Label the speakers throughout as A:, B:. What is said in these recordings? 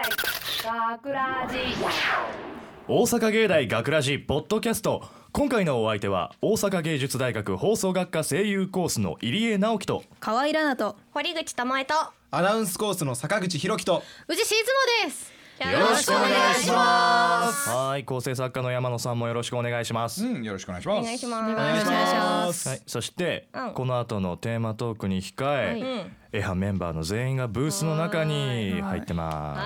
A: 学ラジ
B: 大阪芸大学ラジポッドキャスト。今回のお相手は大阪芸術大学放送学科声優コースの入江直樹と
C: 河合奈々と
D: 堀口珠恵と
E: アナウンスコースの坂口博樹と
C: 宇治静もです。
D: よ
B: ろしくお願いします。はい、構成作家の山野さんもよろしくお願いします。
E: よろしくお願いします。
D: お願いします。
C: お願いします。
B: はい、そして、この後のテーマトークに控え、エハメンバーの全員がブースの中に入ってます。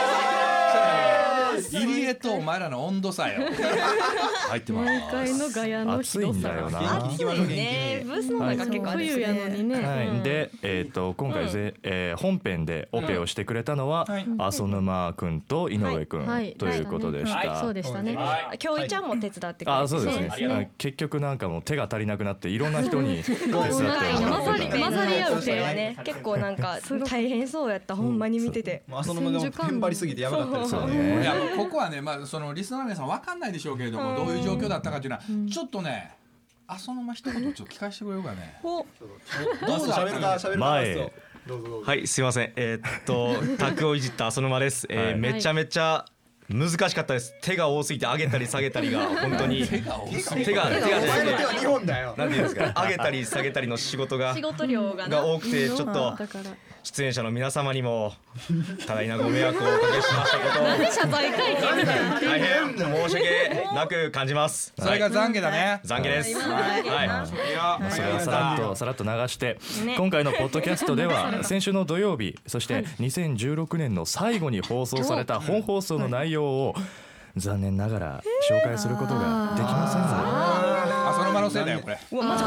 E: 入江とお前らの温度差よ。入ってます。
C: 毎回のガヤの
B: 暑いんだよな。
D: 暑いね。ブースの中結構
C: 冬やのにね。
B: はい、で、今回本編でオペをしてくれたのは浅沼くんと井上くんということでした。
C: そうでしたね。
D: 京井ちゃんも手伝ってくれて。
B: あ、そうですね。結局なんかもう手が足りなくなっていろんな人に手伝ってもらってた。
D: 混ざり合う手はね、結構なんか大変そうやった。ほんまに見てて。
E: 浅沼がテンパりすぎてやばかったですよ
B: ね。
E: いやここはね、そのリスナーの皆さん分かんないでしょうけれども、どういう状況だったかというのはちょっとね、浅沼一言ちょっと聞かせてくれるかね。どうぞ喋るか
B: 前。
F: はい、すいません。卓をいじった浅沼です。めちゃめちゃ難しかったです。手が多すぎて上げたり下げたりが本当に手が
E: 2本だよ。
F: なんていうんですか、上げたり下げたりの仕事
D: 量が
F: 多くて、ちょっと出演者の皆様にも多大なご迷惑をおかけしましたことを
D: 謝罪会見みたいな。
F: 大変申し訳なく感じます。
E: それが懺悔だね。
F: 懺悔です。
B: はい。それはさらっと流して、今回のポッドキャストでは先週の土曜日、そして2016年の最後に放送された本放送の内容を残念ながら紹介することができません。
E: 浅沼のせいだよこれ。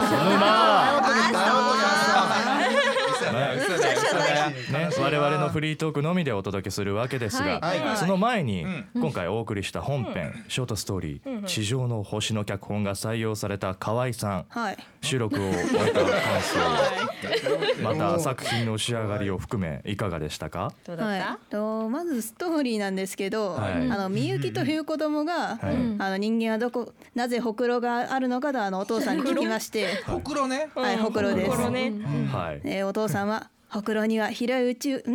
B: 我々のフリートークのみでお届けするわけですが、その前に今回お送りした本編ショートストーリー地上の星の脚本が採用された河合さん、収録を終えた感想、また作品の仕上がりを含めいかがでしたか？
C: まずストーリーなんですけど、みゆきという子供が人間はなぜほくろがあるのかとお父さんに聞きまして、
E: ほくろね。
C: はい、ほくろです。お父さんはほくろは広い宇宙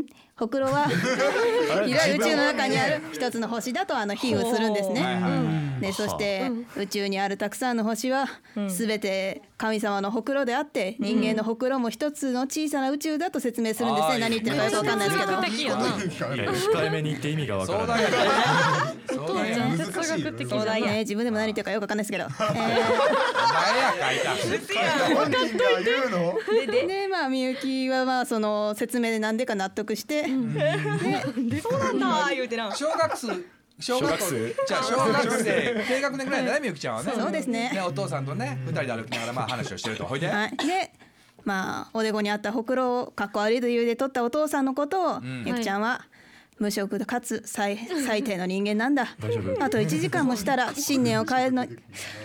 C: の中にある一つの星だと比喩するんですね。でそして宇宙にあるたくさんの星は全て神様のほくろであって、人間のほくろも一つの小さな宇宙だと説明するんですね。何言ってるかよく分かんないですけど、
B: 控えめに言って意味が分からない。
C: お父ちゃん哲学的じゃない。自分でも何言ってるかよく分かんないですけど、でみゆきはその説明でなんでか納得して、
D: そうなんだ言うてな。
E: 小学生低学年ぐらいだね、みゆきちゃんはね。
C: そうですね。
E: お父さんとね2人で歩きながら話をしてると。ほいで、
C: でおでこにあったほくろをかっこ悪い理由で取ったお父さんのことを、みゆきちゃんは無職かつ最低の人間なんだ。あと1時間もしたら新年を迎えるのに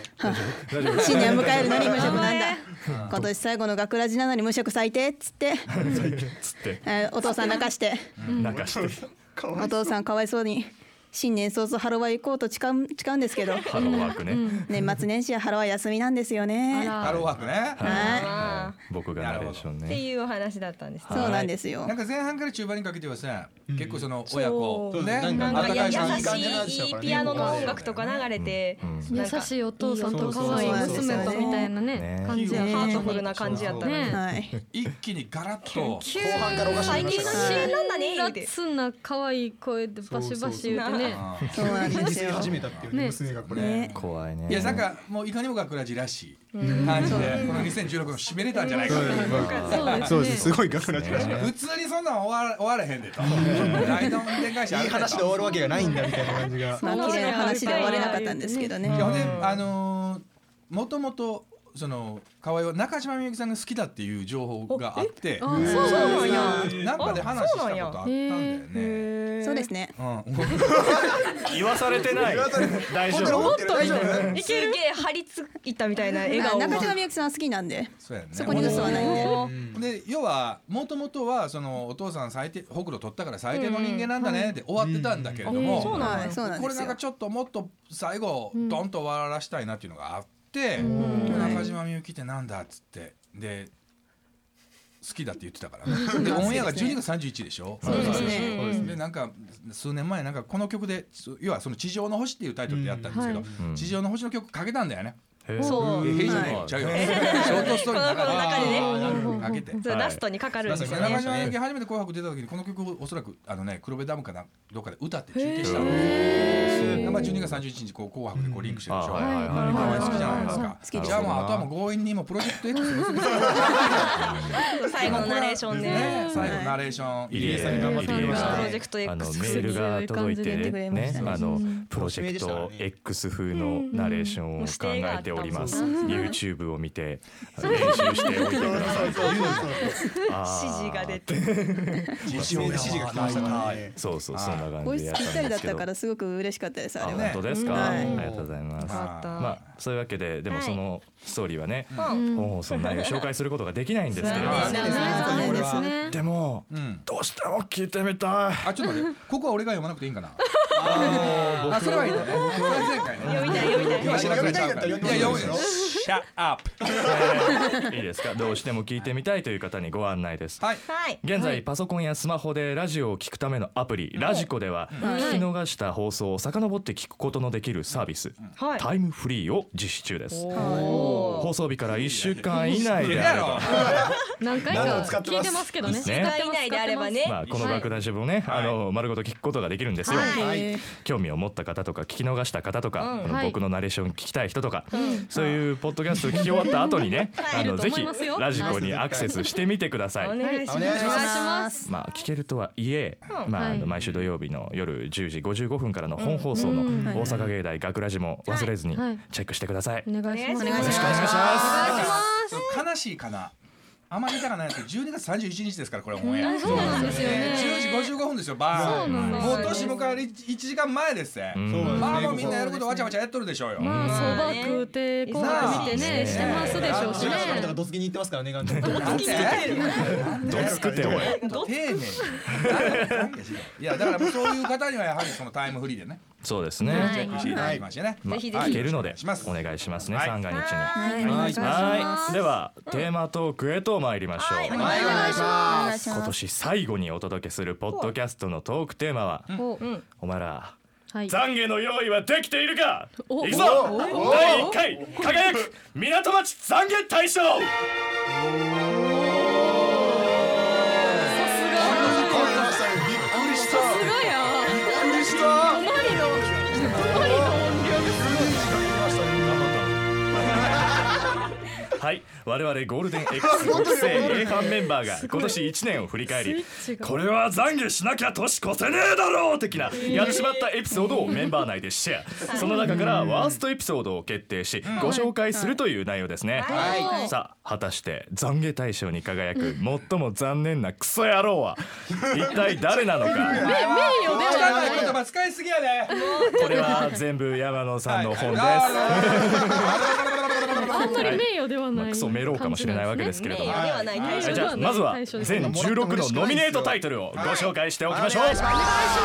C: 無職なんだ。今年最後の学ラジなのに無職最低っつってお父さん泣かしてお父さんかわいそうに新年早々ハロワー行こうと誓うんですけど、
B: ハローワークね。
C: 年末年始はハロワー休みなんですよね。
E: ハローワークね。
B: 僕がナレーションね。
D: っていう話だったんです。
C: そうなんですよ。
E: なんか前半から中盤にかけてはさ、結構その親子ね、
D: なんか優しいピアノの音楽とか流れて、
C: 優しいお父さんと可愛い娘とみたいなね感じや、
D: ハートフルな感じやったね。
E: 一気にガラッと後
D: 半からおかしい。最近のシーンなんだね。
C: ラッツな可愛い声でバシバシ言うてね。そうなんですよ。
E: 始めたっていう娘がこれ
B: 怖いね。
E: いやなんかもういかにも学ラジらしい感じでこの2016の締めれたんじゃないかと。
F: そうです。すごい学ラジらしい。
E: 普通にそんなん終われへんでと。大の運転会社いい話で終わるわけがないんだみたいな感じが。
C: 綺麗な話で終われなかったんですけどね。
E: もともとその河合は中島みゆきさんが好きだっていう情報があって、
D: そうなんや。
E: なんかで話したことあったんだよね。
C: そうですね。
B: 言わされてない。大丈夫。
D: もっといける。張り付いたみたいな笑顔が。
C: 中島みゆきさんは好きなんで、
E: そうやね。
C: そこに嘘はないんで。
E: で要はもともとはそのお父さん最低ほくろ取ったから最低の人間なんだねって終わってたんだけれども、
C: そうなんですよ。
E: これなんかちょっともっと最後ドンと終わらしたいなっていうのがあって、中島みゆきってなんだっつってできだって言ってたからね。でオンエアが12月31でしょ。
C: そうですね。
E: でなんか数年前なんかこの曲で要はその地上の星っていうタイトルでやったんですけど、地上の星の曲かけたんだよね。
D: そう
E: 平じゃねえちゃうよ。ショートストーリーの中
D: で
E: ねかけて
D: ラストにかかるんですよね。
E: 中島みゆき初めて紅白出た時にこの曲をおそらく黒部ダムかなどっかで歌って中継したの。12月31日こう紅白でこうリンクしてるでしょ。好きじゃないですか。じゃあもうあとはもう強引にもプロジェクト X 結び
D: 最後のナレーションね。
E: 最後のナレーション
B: 入江さんに頑張ってくれましたね。
D: プロジェクト X
B: メールが届いてね、プロジェクト X 風のナレーションを考えております。YouTube を見て練習しておいてください。
D: 指示が出て。
A: 指示が来ましたから。
B: そうそんな感
C: ボイ
B: じでやっ
C: スぴったりだっ
B: たんですけど。
C: たからすごく嬉しかったです。あれは。
B: 本当ですか。あ
C: はい
B: りがとうございます。まあそういうわけででもそのストーリーはね、本放送の内容を紹介することができないんですけれども。
C: 残念ですね。
B: でもどうしても聞いてみたい。
E: ちょっと待って、ここは俺が読まなくていいんかな。それはいいね。
D: 読みたい読みたい。
E: 今しなくなっちゃうから。いや読むよ。Shut up。
B: いいですか。どうしても聞いてみたいという方にご案内です。
E: はい。
B: 現在パソコンやスマホでラジオを聞くためのアプリラジコでは聞き逃した放送を遡って聞くことのできるサービスタイムフリーを実施中です。放送日から1週間以内であれば
G: 何回か聞いてますけどね。
D: 1週間以内であればね。
B: この爆弾ジもね丸ごと聞くことができるんですよ。興味を持った方とか聞き逃した方とか僕のナレーション聞きたい人とかそういうポッドキャストを聞き終わった後にねぜひラジコにアクセスしてみてください。
D: お願いします。
B: 聞けるとはいえ毎週土曜日の夜10時55分からの本放送の大阪芸大学ラジも忘れずにチェックしてください。
G: お願いします。
B: よろしくお願いします。
E: 悲しいかな。あまり痛かないですけど12月31日ですからこれオンエア。
G: そうなんですよね。
E: 10時55分ですよ。バーン。もう年迎える1時間前ですね。まあもうみんなやることわちゃわちゃやっとるでしょうよ。
G: まあそば食うて紅白見てねしてますでしょうしね。
A: ドツキに行ってますからね。
E: ドツクておい。丁寧に。いやだからもうそういう方にはやはりそのタイムフリーでね。
B: そうですね。
E: チェックしていただきましてね。
D: ぜひぜひ
B: 聞けるのでお願いしますね。三が日に。
C: はい。
B: ではテーマトークへと参りましょう。
C: お願いします。
B: 今年最後にお届けするポッドキャストのトークテーマはお前ら懺悔の用意はできているか。いくぞ。第1回輝く港町懺悔大賞。はい、我々ゴールデン X 5期生 A 班メンバーが今年1年を振り返りこれは懺悔しなきゃ年越せねえだろう的なやってしまったエピソードをメンバー内でシェア。その中からワーストエピソードを決定しご紹介するという内容ですね。さあ果たして懺悔大賞に輝く最も残念なクソ野郎は一体誰なのか。
G: 名誉ではない。
E: 言葉使いすぎやで。
B: これは全部山野さんの本です。
G: あんまり名誉ではない。
B: クソメローかもしれないわけですけれども。
D: ではない大賞。
B: じゃあまずは全16のノミネートタイトルをご紹介しておきましょう。お姉さん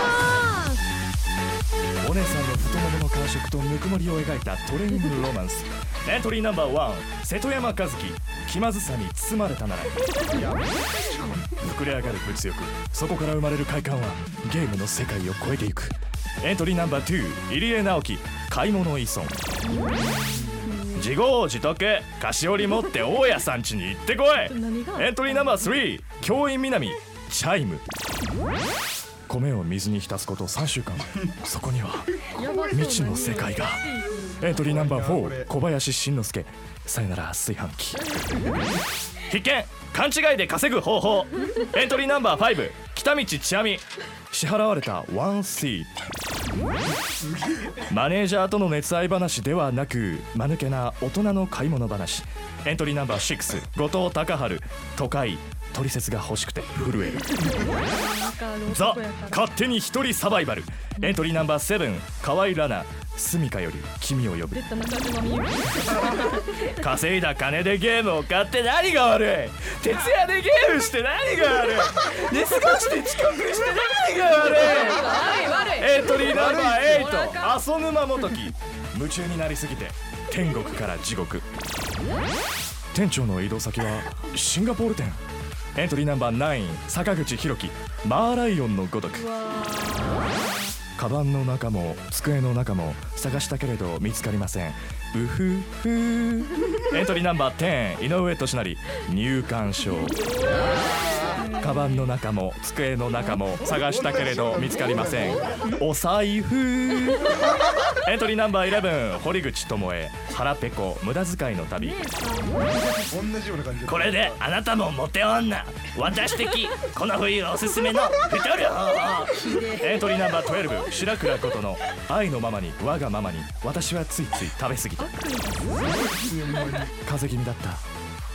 B: の太ももの感触とぬくもりを描いたトレーニングロマンス。エントリーナンバー1瀬戸山和樹気まずさに包まれたなら。膨れ上がる物欲そこから生まれる快感はゲームの世界を超えていく。エントリーナンバー2入江直樹買い物依存。自業自得菓子折り持って大家さん家に行ってこい。エントリーナンバー3教員南チャイム。米を水に浸すこと3週間そこには未知の世界が。エントリーナンバー4小林慎之介さよなら炊飯器。必見勘違いで稼ぐ方法。エントリーナンバー5北道千亜美支払われたワンシート。マネージャーとの熱愛話ではなく間抜けな大人の買い物話。エントリーナンバー6後藤隆治都会トリセツが欲しくて震える。ザ勝手に一人サバイバル。エントリーナンバー7河合ラナスミカより君を呼ぶ。稼いだ金でゲームを買って何が悪い。徹夜でゲームして何が悪い。寝過ごして遅刻して何が悪い。エントリーナンバー8浅沼元樹夢中になりすぎて天国から地獄。店長の移動先はシンガポール店。 エントリーナンバー9坂口博樹マーライオンのごとく。カバンの中も机の中も探したけれど見つかりません。うふふ。エントリーナンバー10井上俊成入館証。カバンの中も机の中も探したけれど見つかりません。お財布。エントリーナンバー11堀口智恵腹ペコ無駄遣いの旅。
A: 同じような感じ。
B: これであなたもモテ女。私的この冬おすすめの太る方法。エントリーナンバー12白倉ことの愛のままに我がままに私はついつい食べ過ぎた。風邪気味だった。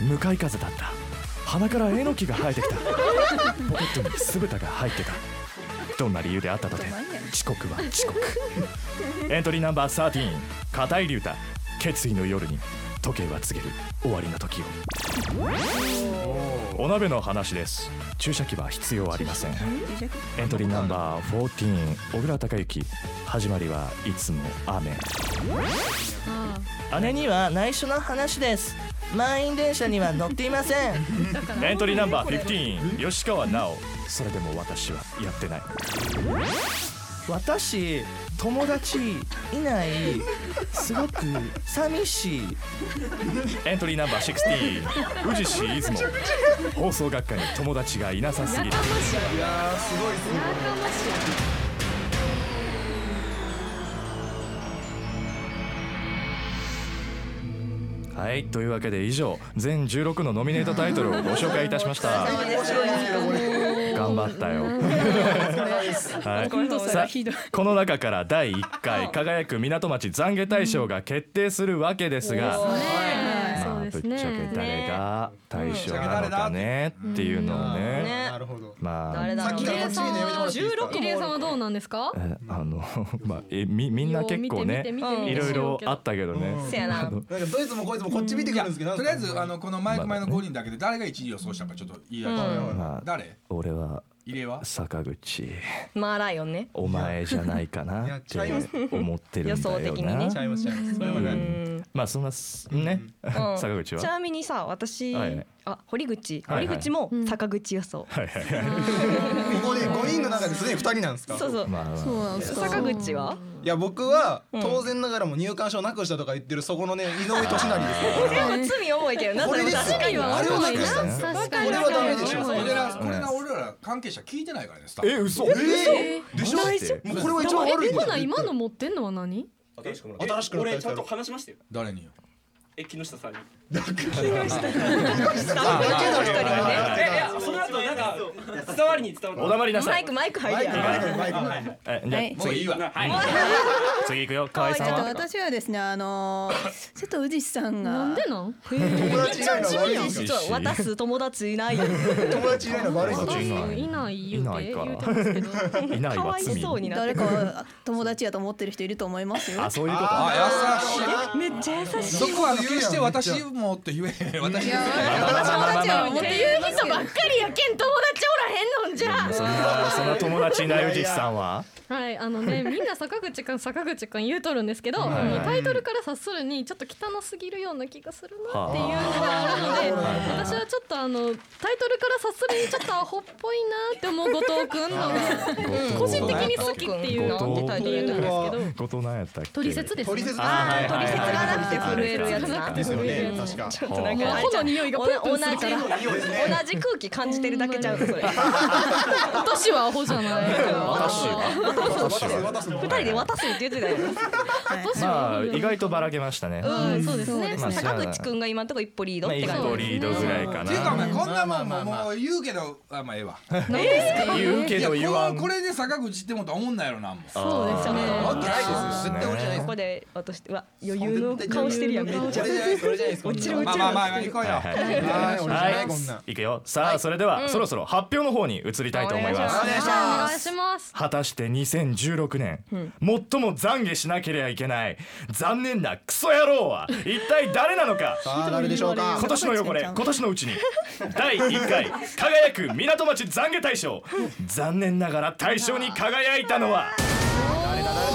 B: 向かい風だった。鼻からえのきが生えてきた。ポケットに酢豚が入ってた。どんな理由であったとて遅刻は遅刻。エントリーナンバー13片井龍太決意の夜に時計は告げる終わりの時を。お鍋の話です。注射器は必要ありません。エントリーナンバー14小倉孝之始まりはいつも雨。姉には内緒の話です。満員電車には乗っていません。エントリーナンバー15吉川直それでも私はやってない。私友達いない。すごく寂しい。エントリーナンバー16宇治市出雲放送学科に友達がいなさすぎる。
A: いやーすごいすごい。
B: はい、というわけで以上全16のノミネートタイトルをご紹介いたしました。頑張ったよ。はい、さあこの中から第1回輝く港町懺悔大賞が決定するわけですが、まあぶっちゃけ誰が大賞なのかねっていうのをね。
A: なるほど。
B: まあ
A: さっきからこっちにねやめてもらっていいですか。
G: 入江さんはどうなんですか？
B: まあみんな結構ねいろいろあったけどね。
D: せやな。
A: なんかどいつもこいつもこっち見てくるんですけど。
E: とりあえずこのマイク前の5人だけで誰が1位予想したかちょっと言い合い
B: まあ
E: 誰？
B: 俺は
E: 入江は
B: 坂口
D: マーライオンね。
B: お前じゃないかなって思ってるんだよな。
D: 予想的にね。
A: ちゃいますちゃいます。それはね。
B: まあそんなね坂口は
D: ちなみにさ私堀口も坂口予想。
B: はいはいはい。
A: ここで5人の中ですでに2人なんですか。
D: そうそう。
B: まあ
C: そうなんですか。
D: 坂口はい
A: や僕は当然ながらも入館証なくしたとか言ってるそこのね井上俊成ですよ。
D: 罪重いけどな。
A: これですよ。
D: 確かに
A: あれをなくしたんですよ。これはダメでしょ。
E: これな俺ら関係者聞いてないからねスタッフ。
B: 嘘
A: でしょ。もうこれは一番悪いでしょ。
G: ほな今の持ってんのは何？
A: 新しくなった
H: 俺ちゃんと話しましたよ。
E: 誰によ。
H: 木下さんに。
D: スタッフだけの一人がね。
H: いやその後なんか伝わりに伝わる。
B: お黙りなさい。
D: マイク入るやん。
B: じゃ
E: もういいわ。
B: 次行くよ。河合さんは。
C: 私はですね瀬戸宇治さんが
G: なんでなん？
A: 友達いないのは悪いんですよ。
D: 実は渡す友達いないよ。
A: 友達いないのは悪いんですよ。
G: いない言うて
B: いないか
G: 言うてますけど。
B: いない
D: かわい
B: は罪。
D: そうになって
C: 誰かは友達やと思ってる人いると思いますよ。
B: あそういうこと。
E: 優しい。
D: めっちゃ優しい。
E: そこは決して私もって言え。私。
C: 友達は思って
G: 言う人ばっかりやけん友達おらへんのんじゃ。
B: そんな友達いない宇治さんは。
G: はいみんな坂口くん言うとるんですけど、タイトルから察するにちょっと汚すぎるような気がするなっていうのがあるので、私はちょっとタイトルから察するにちょっとアホっぽいなって思う後藤くんのが個人的に好きっていうのってタイトルやったんですけど、
B: 後藤なんやったっけ。
G: 取説です。
A: 取説。
D: 取説がなくて震えるやつな。
A: ですよね。確か。
D: ちょっとなんか
G: アホの匂いがプンプンするから。
D: 同じ空気感じてるだけちゃうそれ。
G: 私はアホじゃない。
D: 二人で渡すって言ってたよ。
B: まあ意外とばらけましたね。
G: そうですね。
D: 坂口くんが今のとこ一歩リードって感じ。
B: 一歩リードぐらいか
E: っていうかお前
B: な。
E: こんなもんもう言うけどまあええわ。
B: 言うけど言わん。
E: これで坂口ってもと思んないやろなもん。
G: そうですね。
A: わけないですよ。絶対俺じゃないです。
D: ここで私は余裕の顔してるやんめっちゃ。
A: 俺じゃないです。俺じゃないです。
D: 落ちる落ちる。
E: まあ行こうよ。
A: はい俺じゃないこんな。
B: いくよ。さあそれではそろそろ発表の方に移りたいと思います。
G: お願いします。
B: 果たして2016年最も懺悔しなければいけない残念なクソ野郎は一体誰なのか。
A: さあ誰でしょうか。
B: 今年の汚れ今年のうちに第1回輝く港町懺悔大賞、残念ながら大賞に輝いたのは
A: 誰だ。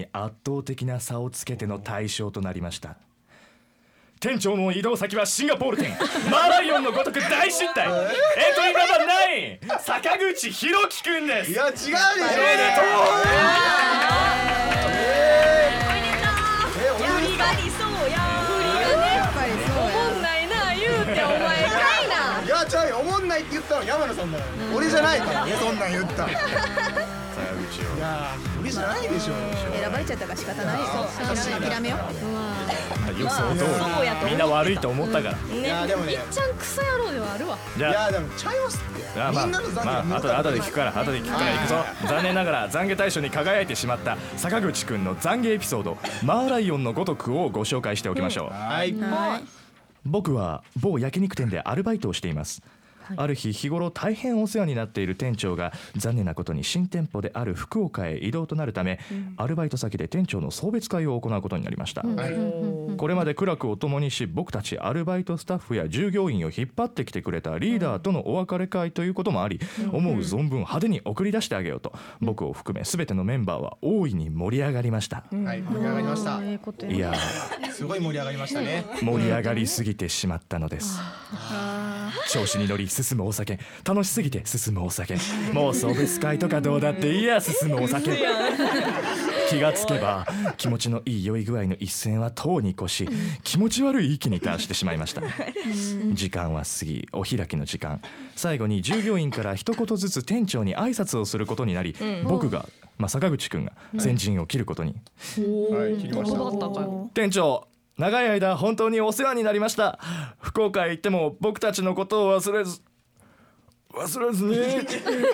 B: に圧倒的な差をつけての大勝となりました。店長の移動先はシンガポール店マーライオンのごとく大失態。エントリーナンバー9坂口博樹くんです。
A: いや違うでしょ。
B: おめでとう。
D: 振りが理想や。
C: やっぱりそうや。
D: おもんないな言うてお前かいな。
A: いやちゃうよ、おもんないって言ったの山野さんだから、俺じゃないからね、そんなん言った。いや俺じゃないでしょ。
C: 選ばれちゃったから仕方ないよ。諦めよう。
B: 予想通りみんな悪いと思ったから。
A: いやでもね、
G: いっちゃんクソ野郎ではあるわ。
B: じゃあ
A: いやでもちゃいますって。みんなの残念
B: 後で聞くから行くぞ。残念ながら懺悔大賞に輝いてしまった坂口くんの懺悔エピソードマーライオンのごとくをご紹介しておきましょう。
A: はい。
B: 僕は某焼肉店でアルバイトをしています。ある日日頃大変お世話になっている店長が残念なことに新店舗である福岡へ移動となるため、アルバイト先で店長の送別会を行うことになりました。これまで苦楽を共にし僕たちアルバイトスタッフや従業員を引っ張ってきてくれたリーダーとのお別れ会ということもあり、思う存分派手に送り出してあげようと僕を含め全てのメンバーは大いに盛り上がりました。
A: はい、盛り上がりました。
B: いや
A: すごい盛り上がりましたね。
B: 盛り上がりすぎてしまったのです。調子に乗り進むお酒、楽しすぎて進むお酒、もう送別会とかどうだっていいや進むお酒。気がつけば気持ちのいい酔い具合の一線はとうに越し、気持ち悪い域に達してしまいました。時間は過ぎ、お開きの時間、最後に従業員から一言ずつ店長に挨拶をすることになり、僕が、坂口くんが先陣を切ることに。
A: 切りました。
B: 店長、長い間本当にお世話になりました。福岡へ行っても僕たちのことを忘れずに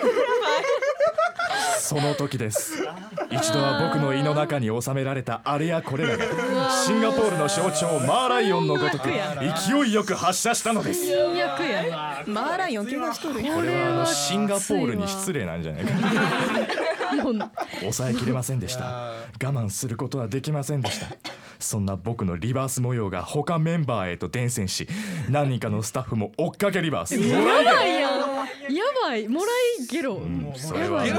B: その時です。一度は僕の胃の中に収められたあれやこれらがシンガポールの象徴マーライオンのごとく勢いよく発射したのです。
C: マーライオン怪我しとるよ。
B: これはシンガポールに失礼なんじゃないか。抑えきれませんでした。我慢することはできませんでした。そんな僕のリバース模様が他メンバーへと伝染し、何人かのスタッフも追っかけリバース。
G: やばいやん、やばい、もらいゲロ。
B: それは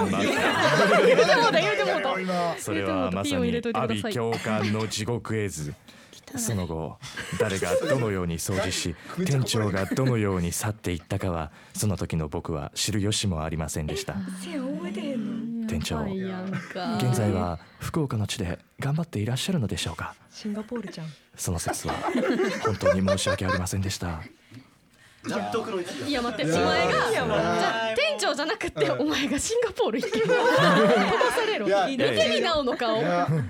B: それはまさに阿鼻教官の地獄絵図。その後誰がどのように掃除し店長がどのように去っていったかはその時の僕は知る由もありませんでした。店長、現在は福岡の地で頑張っていらっしゃるのでしょうか。
D: シンガポールじゃん。
B: その説は本当に申し訳ありませんでした。
G: いや待って、お前がじゃあ店長じゃなくてお前がシンガポール行け飛ばされろ。見てみなおの顔。ずーっと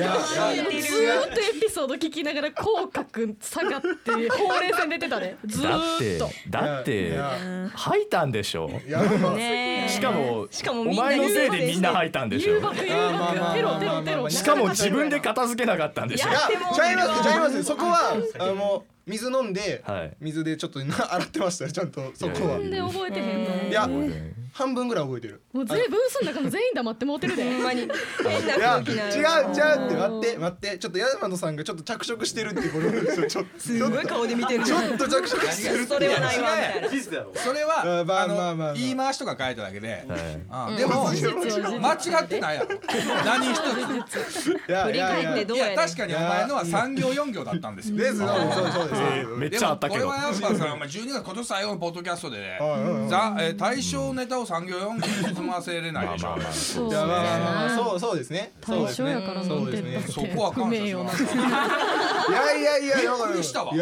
G: エピソード聞きながら口角下がってほうれい線出てたね。ずーっと
B: だって吐いたんでしょ。しかもお前のせいでみんな吐いたんでしょ。
G: 誘惑テロ。
B: しかも自分で片付けなかったんでしょ。
A: ちゃいます。そこはもう水飲んで、水でちょっと洗ってましたよ、ちゃんと。そこは
G: なんで覚えてへんの。
A: いや半分ぐらい覚えてる。
G: もう全部ブースの中の全員黙ってもうてるで。ほんまに。
A: いや違うって待ってちょっと山野さんがちょっと着色してるっていうことですよ。
D: すごい顔で見てる。
A: ちょっと着色してる。
D: それはないわみたいな。
E: それは言い回しとか書いただけで、でも間違ってないやろ。何一つ。
D: 振り返ってどうやねん。
E: 確かにお前のは3行4行だったんですよ。
A: そうです。
B: めっちゃあったけど。
E: これはやっぱさ、12月今年最後のポッドキャストでね、対象ネタを3行4行に進ませれないでしょ。
A: そうですね。
G: 対象やからなんて
E: そこは感謝します。
A: いや
E: びっくりしたわ。
A: い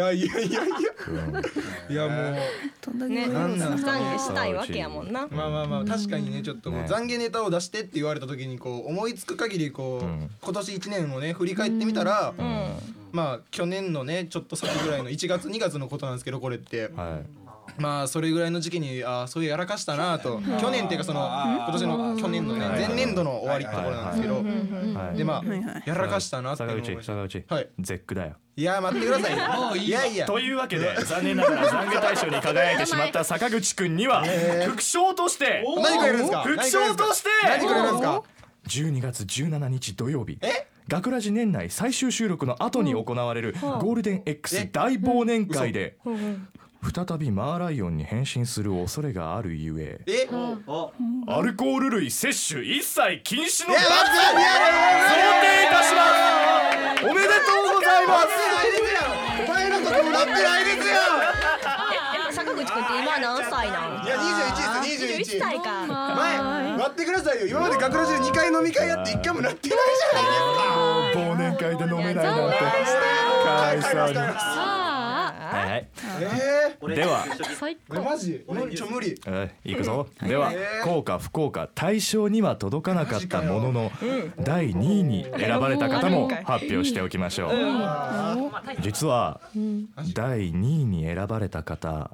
A: やもう
D: ね、懺悔したいわけやもんな。
A: まあ確かにね、ちょっと懺悔ネタを出してって言われた時にこう思いつく限りこう今年1年をね振り返ってみたら、まあ去年のねちょっと先ぐらいの1月2月のことなんですけど、これってまあそれぐらいの時期にそういうやらかしたなと、去年っていうかその今年の去年のね前年度の終わりってところなんですけど、でまあやらかしたなって思いました。
B: 坂口絶句だよ。
A: いや待ってくださいよ。いや
B: というわけで残念ながら懺悔大賞に輝いてしまった坂口くんには副賞として
A: 何くれるんですか。
B: 副賞として
A: 何くれるんですか。
B: 12月17日土曜日学ラジ年内最終収録の後に行われるゴールデン X 大忘年会で再びマーライオンに変身する恐れがあるゆえアルコール類摂取一切禁止の罰を想定いた
A: 日
D: たいか。
A: 待ってくださいよ。今まで学ラジで2回飲み会やって1回もなってないじゃないですか。
B: 忘年会で飲めないなんてかわいそうに。では
A: マジ無理。
B: いくぞ。では効果不効果大賞には届かなかったものの第2位に選ばれた方も発表しておきましょう。実は第2位に選ばれた方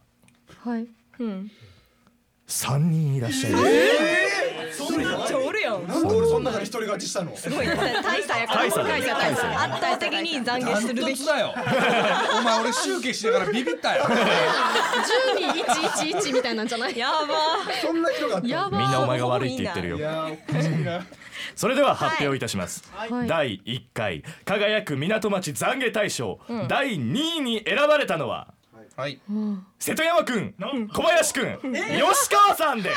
B: 3人いらっしゃいます。
D: めっちゃおるやん。
A: なんで俺そんなから一人勝ちしたの。
D: すごい大差やから。大差圧倒的に懺悔するべき
E: だよ。お前俺集計しながらビビったよ。
G: 12111みたいなんじゃない。
D: やば。
A: そんな広がった。
B: みんなお前が悪いって言ってるよ。それでは発表いたします。第1回輝く港町懺悔大賞第2位に選ばれたのは瀬戸山くん、小林くん、吉川さんです。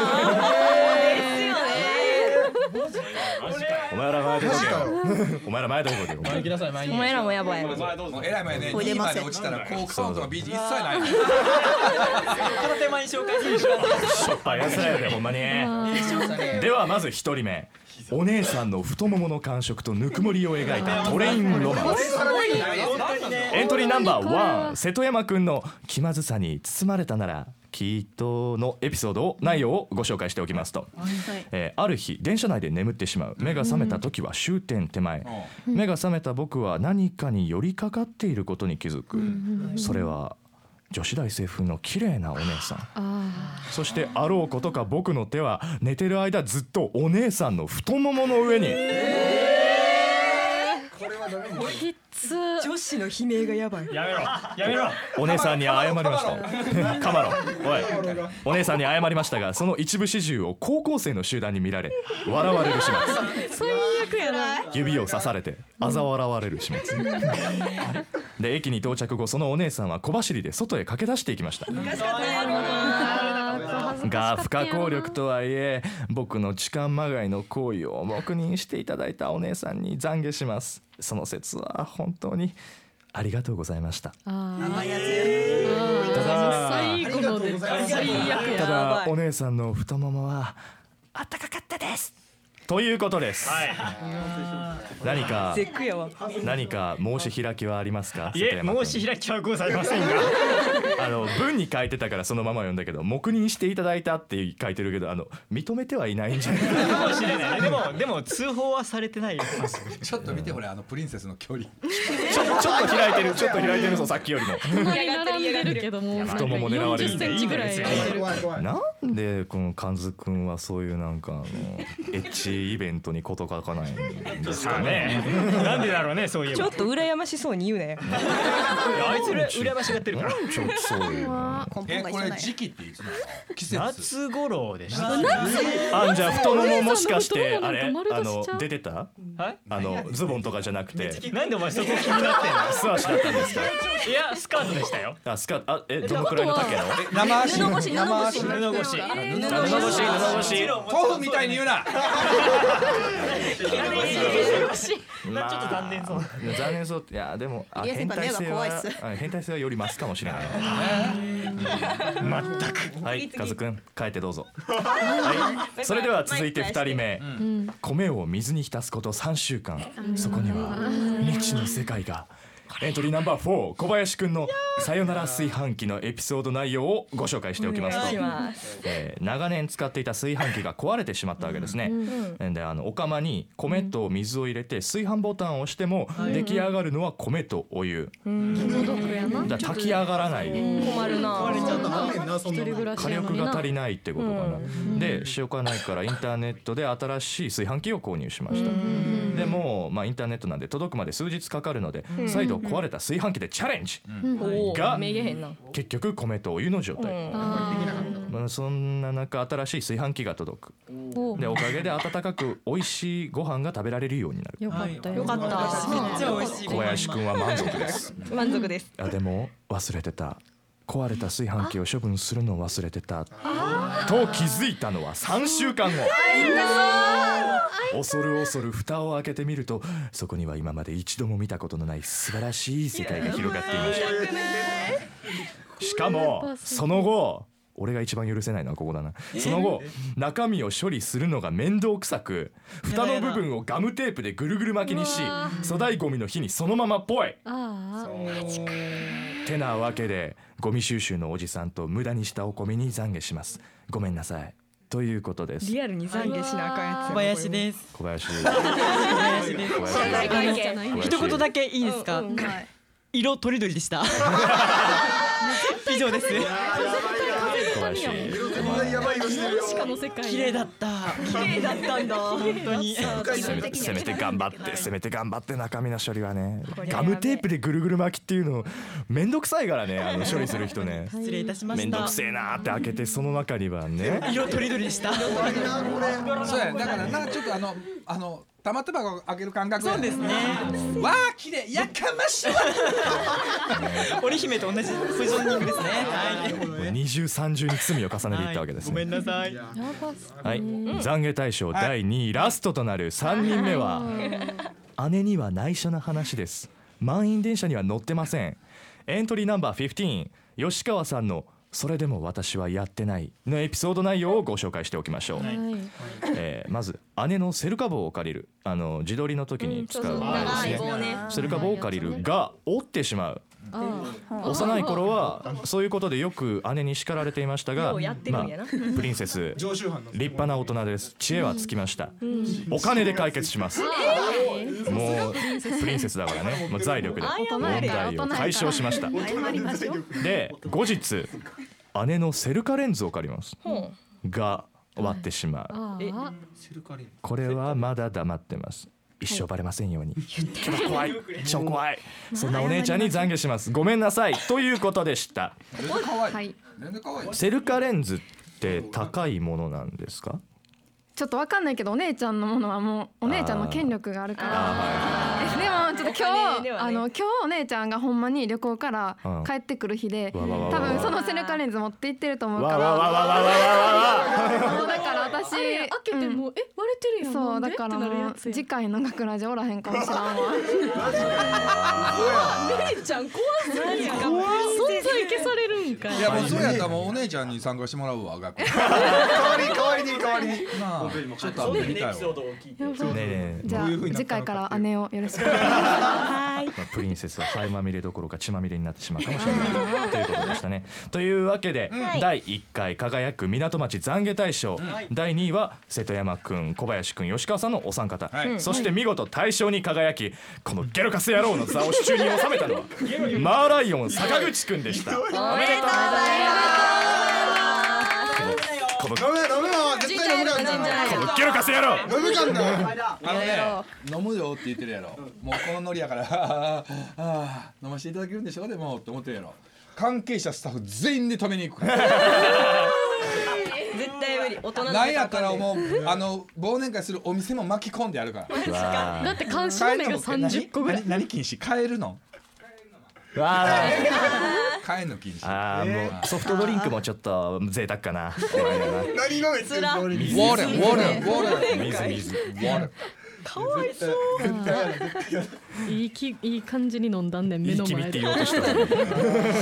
B: お前ら前でお前ら前でお前来なさい。
D: お前らもやばい。
E: えらい前ね、2位まで落ちたらコークサウンドのビーチ一切ない。こ
H: の手前に紹介するしかない。
B: しょっぱいやつだよねほんまに。ではまず1人目、お姉さんの太ももの感触とぬくもりを描いたトレインロマンス。エントリーナンバー1、瀬戸山くんの気まずさに包まれたならきっとのエピソード内容をご紹介しておきますと、ある日電車内で眠ってしまう。目が覚めた時は終点手前。目が覚めた僕は何かに寄りかかっていることに気づく。それは女子大生風の綺麗なお姉さん。そしてあろうことか僕の手は寝てる間ずっとお姉さんの太ももの上に。
A: これはダメ。
D: 女子の悲鳴がやばい。
H: やめろ。
B: お姉さんに謝りました。カマロン、おい、お姉さんに謝りましたが、その一部始終を高校生の集団に見られ笑われる始末。
G: 最悪やな。
B: 指を刺されて嘲笑われる始末。で駅に到着後、そのお姉さんは小走りで外へ駆け出していきました。が不可抗力とはいえ僕の痴漢まがいの行為を黙認していただいたお姉さんに懺悔します。その節は本当にありがとうございました。ただお姉さんの太ももはあったかかったですということです。何か申し開きはありますか。
H: いえ、申し開きはございませんが
B: 文に書いてたからそのまま読んだけど、黙認していただいたって書いてるけど認めてはいないんじゃない
H: かもしれない。でも通報はされてないよ。
E: ちょっと見てほれ、プリンセスの距離
B: ちょっと開いてるぞさっきよりも。
G: 隣並んでるけども
B: 太もも狙われる。
G: 40センチぐらい。
B: なんでこのカンズくんはそういうなんかエッチイベントにこと書かないんですかね。
H: なんでだろうね。そういえば
D: ちょっと羨ましそうに言うね。
H: あいつ羨ましがってるから。
B: ちょっとそういう
E: これ時期っていつなの。季節
H: 夏頃でした。
B: じゃあ太もももしかしてあれ出てたズボンとかじゃなくて。
H: なんでお前そこ気になってんの。
B: 素足だったんですか。
H: いやスカートでしたよ。
B: スカートどのくらいの丈の。
E: 生足。
D: 布越し
E: 豆腐みたいに言うな。
H: ちょっと残念そう。
B: 残念そう。いやでも変態性はより増すかもしれない。
H: 全く。
B: はい、カズくん帰ってどうぞ。はい、それでは続いて2人目。米を水に浸すこと3週間。そこには未知の世界が。エントリーナンバー4、小林くんのさよなら炊飯器のエピソード内容をご紹介しておきますと、長年使っていた炊飯器が壊れてしまったわけですね。でお釜に米と水を入れて炊飯ボタンを押しても出来上がるのは米とお湯。炊き上がらない。
D: 困るな。
B: 火力が足りないってことかな。でしょうがないからインターネットで新しい炊飯器を購入しました。でもインターネットなんで届くまで数日かかるので再度壊れた炊飯器でチャレンジが結局米とお湯の状態。そんな中新しい炊飯器が届く。でおかげで温かく美味しいご飯が食べられるようになる。
D: よかったよかった。
B: 小林くんは満足です。
D: 満足です。
B: でも忘れてた。壊れた炊飯器を処分するのを忘れてたと気づいたのは3週間後。恐る恐る蓋を開けてみるとそこには今まで一度も見たことのない素晴らしい世界が広がっていました。しかもその後俺が一番許せないのはここだな。その後中身を処理するのが面倒くさく、蓋の部分をガムテープでぐるぐる巻きにし、粗大ゴミの日にそのままポイ。てなわけでゴミ収集のおじさんと無駄にしたお米に懺悔します。ごめんなさいということです。
D: リアルに懺悔しなあかんやつ。
H: 小林です。
B: 小林
H: 一言だけいいですか。色とりどりでした。以上です。綺麗だった。綺麗だったんだ。本当に。
B: せめて頑張って中身の処理はね、ガムテープでぐるぐる巻きっていうのめんどくさいからね、処理する人ね。
H: 失礼いたしました。
B: めんどくせえなーって開けて、その中にはね。
H: 色とりどりでした。
E: そうや、だからなちょっと玉手箱開ける感覚。そうですね。わあ綺麗、やかましいわ。
H: 織姫と同じポジショニングですね。
B: 二重三重に罪を重ねていったわけですね。
H: ごめんなさい。
B: はい、懺悔大賞第2位ラストとなる3人目は、姉には内緒な話です。満員電車には乗ってません。エントリーナンバー15、吉川さんのそれでも私はやってないのエピソード内容をご紹介しておきましょう。まず姉のセルカ棒を借りる、自撮りの時に使うセルカ棒を借りるが折ってしまう。幼い頃はそういうことでよく姉に叱られていましたが、プリンセス立派な大人です。知恵はつきました。お金で解決します。もうプリンセスだからね、もう財力で問題を解消しました。で後日姉のセルカレンズを借りますが割ってしまう。これはまだ黙ってます。一生バレませんように。けど怖い、超怖い。そんなお姉ちゃんに懺悔します。ごめんなさいということでした。セルカレンズって高いものなんですか？
I: ちょっとわかんないけど、お姉ちゃんのものはもうお姉ちゃんの権力があるから。でもちょっと今日お姉ちゃんがほんまに旅行から帰ってくる日で、多分そのセルカレンズ持って行ってると思うから。だから私
G: 開けても割れてるやん。
I: そうだから次回の学ラジオらへんかもしれんわ。
G: 姉ちゃん怖すぎる。存在消されるんかい。
E: いやもうそうやったらもうお姉ちゃんに参加してもらうわ。学校代わりにちょっとねエピソードを聞いて。
I: じゃあ次回から姉をよろしくお願いします。
B: プリンセスは灰まみれどころか血まみれになってしまうかもしれないということでしたね。というわけで第1回輝く港町懺悔大賞、第2位は瀬戸山くん、小林くん、吉川さんのお三方、そして見事大賞に輝き、このゲロカス野郎の座を手中に収めたのはマーライオン坂口くんでした。おめでとうございます。このゲロカス野郎。
E: 飲むよって言ってるやろ。もうこのノリやから飲ませていただけるんでしょうでもって思ってるやろ。関係者スタッフ全員で止めに行くから。
D: 絶対無理。大人の
E: なんやったらもう忘年会するお店も巻き込んでやるから。
G: だって監視の目が30個ぐらい。
E: 何禁止？買えるの？買えんの禁止。
B: もうソフトドリンクもちょっと贅沢かな。
A: 何飲めってる？
E: ウォー
B: 水。
D: かわいそう。
G: いい感じに飲んだんね、目の前で。
B: いい君って言おうとした。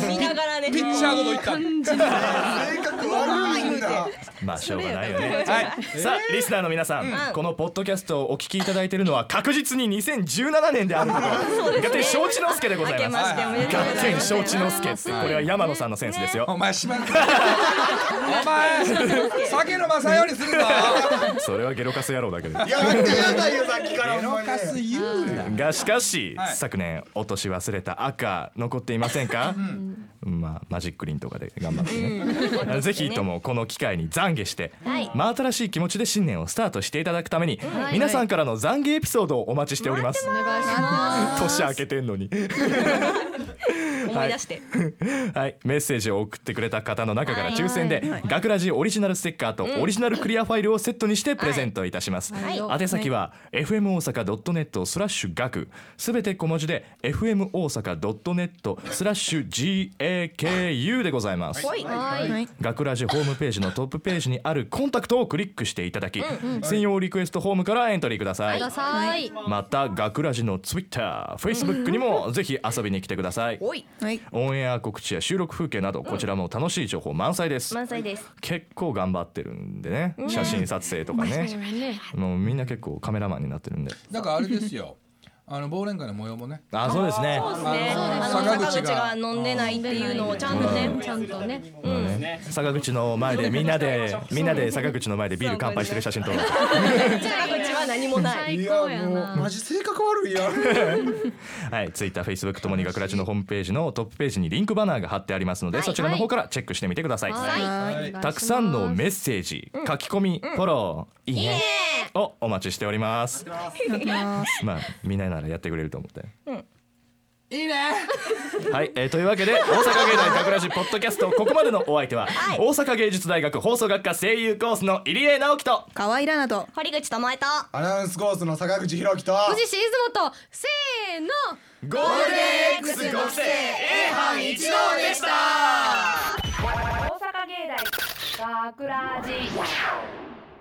D: 見ながらね。
E: ピッチャーごといった。
A: 性格悪いんだ。
B: まあしょうがないよね。さあリスナーの皆さん、このポッドキャストをお聞きいただいているのは確実に2017年であること。ガテン承知の助でございます。ガテン承知の助って、これは山野さんのセンスですよ。
E: お前しまった。お前酒飲まさようにするな。
B: それはゲロカス野郎だけど。
A: やめてやだよさっきから。
E: ゲロカス言うな。
B: がしかし昨年落とし忘れた赤残っていませんか？まあマジックリンとかで頑張ってね。ぜひともこの機会に懺悔して、真新しい気持ちで新年をスタートしていただくために、皆さんからの懺悔エピソードをお待ちしております。
G: お願いします。
B: 年明けてんのに。
D: 思い出して、
B: はい、メッセージを送ってくれた方の中から抽選で学ラジオリジナルステッカーとオリジナルクリアファイルをセットにしてプレゼントいたします。宛先は FM 大阪 .net/学すべて小文字で FM 大阪 .net/GAKU でございます。学ラジホームページのトップページにあるコンタクトをクリックしていただき、専用リクエストフォームからエントリーください。また学ラジの Twitter、Facebook にもぜひ遊びに来てください。オンエア告知や収録風景などこちらも楽しい情報満載です。結構頑張ってるんでね、写真撮影とかね、もうみんな結構カメラマンになってるんで。
E: だからあれですよ、忘年会の模様もね。
B: そうですね。
D: 坂口が飲んでないっていうのをちゃんとね、
B: 坂口の前でみんなで坂口の前でビール乾杯してる写真撮ろう。
D: 坂口は何もない。
A: いやもうマジ性格悪いやん。
B: はい、Twitter、Facebook ともに学ラジのホームページのトップページにリンクバナーが貼ってありますので、そちらの方からチェックしてみてください。たくさんのメッセージ、書き込み、フォロー、いいねをお待ちしております。まあみんなならやってくれると思って。
A: いいね。
B: はい、というわけで大阪芸大学ラジポッドキャスト、ここまでのお相手は、大阪芸術大学放送学科声優コースの入江直樹と
C: 河合奈々と
D: 堀口智恵と
A: アナウンスコースの坂口博樹と
G: 藤志出雲とせーの
A: ゴールデン X 5期生 A 班一同でした。
J: 大阪芸大学ラジ